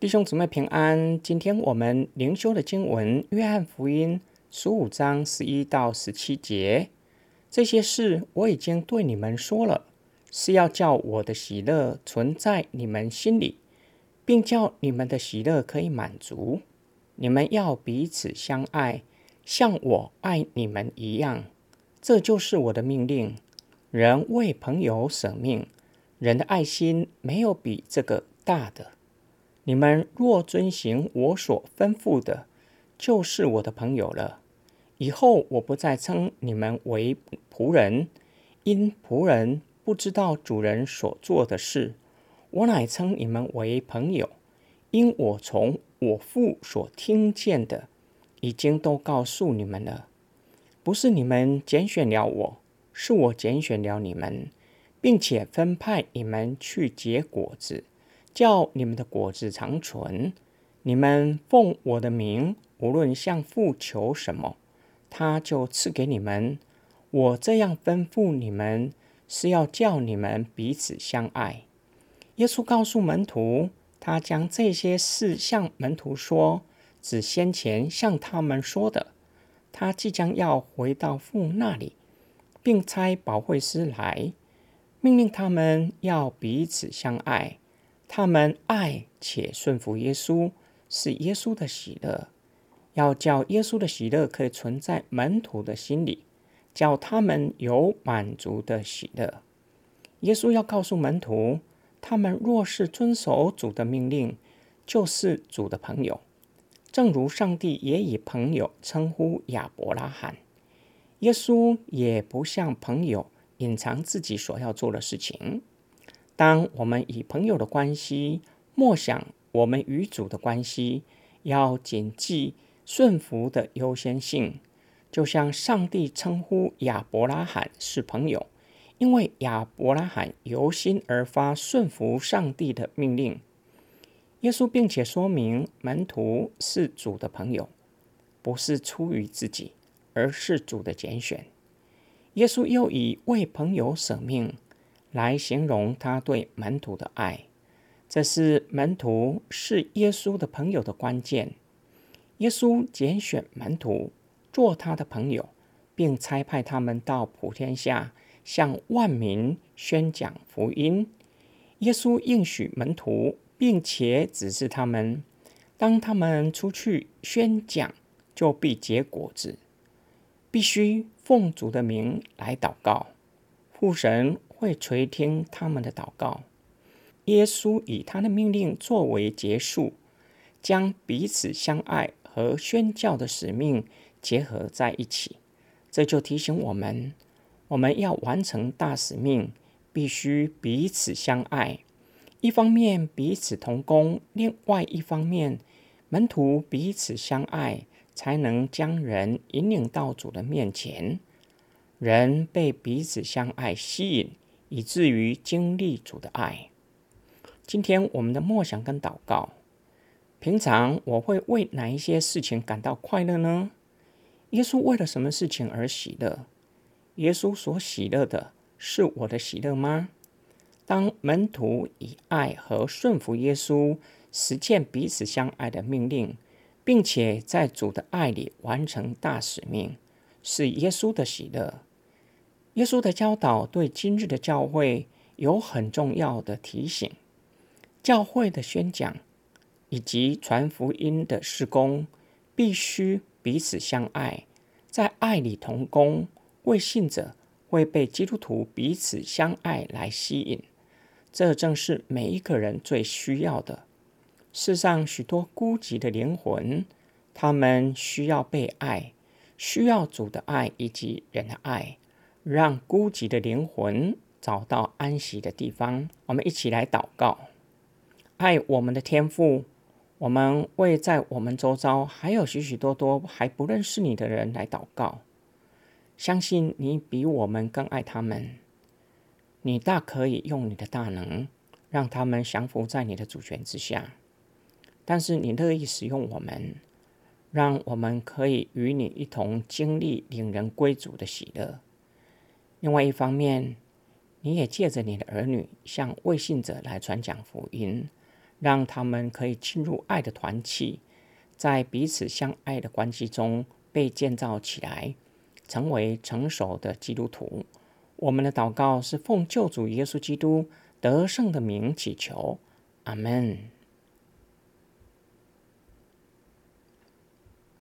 弟兄姊妹平安，今天我们灵修的经文约翰福音15章11到17节。这些事我已经对你们说了，是要叫我的喜乐存在你们心里，并叫你们的喜乐可以满足。你们要彼此相爱，像我爱你们一样。这就是我的命令。人为朋友舍命，人的爱心没有比这个大的。你们若遵行我所吩咐的，就是我的朋友了。以后我不再称你们为仆人，因仆人不知道主人所做的事。我乃称你们为朋友，因我从我父所听见的，已经都告诉你们了。不是你们拣选了我，是我拣选了你们，并且分派你们去结果子，叫你们的果子长存。你们奉我的名，无论向父求什么，他就赐给你们。我这样吩咐你们，是要叫你们彼此相爱。耶稣告诉门徒，他将这些事向门徒说，指先前向他们说的。他即将要回到父那里，并差保惠师来，命令他们要彼此相爱。他们爱且顺服耶稣，是耶稣的喜乐。要叫耶稣的喜乐可以存在门徒的心里，叫他们有满足的喜乐。耶稣要告诉门徒，他们若是遵守主的命令，就是主的朋友。正如上帝也以朋友称呼亚伯拉罕，耶稣也不向朋友隐藏自己所要做的事情。当我们以朋友的关系默想我们与主的关系，要谨记顺服的优先性，就像上帝称呼亚伯拉罕是朋友，因为亚伯拉罕由心而发顺服上帝的命令。耶稣并且说明门徒是主的朋友，不是出于自己，而是主的拣选。耶稣又以为朋友舍命来形容他对门徒的爱，这是门徒是耶稣的朋友的关键。耶稣拣选门徒做他的朋友，并差派他们到普天下向万民宣讲福音。耶稣应许门徒，并且指示他们，当他们出去宣讲，就必结果子。必须奉主的名来祷告，父神会垂听他们的祷告。耶稣以他的命令作为结束，将彼此相爱和宣教的使命结合在一起。这就提醒我们要完成大使命，必须彼此相爱。一方面彼此同工，另外一方面门徒彼此相爱，才能将人引领到主的面前。人被彼此相爱吸引，以至于经历主的爱。今天我们的默想跟祷告，平常我会为哪一些事情感到快乐呢？耶稣为了什么事情而喜乐？耶稣所喜乐的是我的喜乐吗？当门徒以爱和顺服耶稣，实践彼此相爱的命令，并且在主的爱里完成大使命，是耶稣的喜乐。耶稣的教导对今日的教会有很重要的提醒。教会的宣讲以及传福音的事工，必须彼此相爱，在爱里同工。为信者会被基督徒彼此相爱来吸引，这正是每一个人最需要的。世上许多孤寂的灵魂，他们需要被爱，需要主的爱以及人的爱，让孤寂的灵魂找到安息的地方。我们一起来祷告。爱我们的天父，我们为在我们周遭还有许许多多还不认识你的人来祷告，相信你比我们更爱他们。你大可以用你的大能让他们降服在你的主权之下，但是你乐意使用我们，让我们可以与你一同经历领人归主的喜乐。另外一方面，你也借着你的儿女向未信者来传讲福音， 让他们可以进入爱的团体，在彼此相爱的关系中被建造起来，成为成熟的基督徒。我们的祷告是奉救主耶稣基督得胜的名祈求，阿们。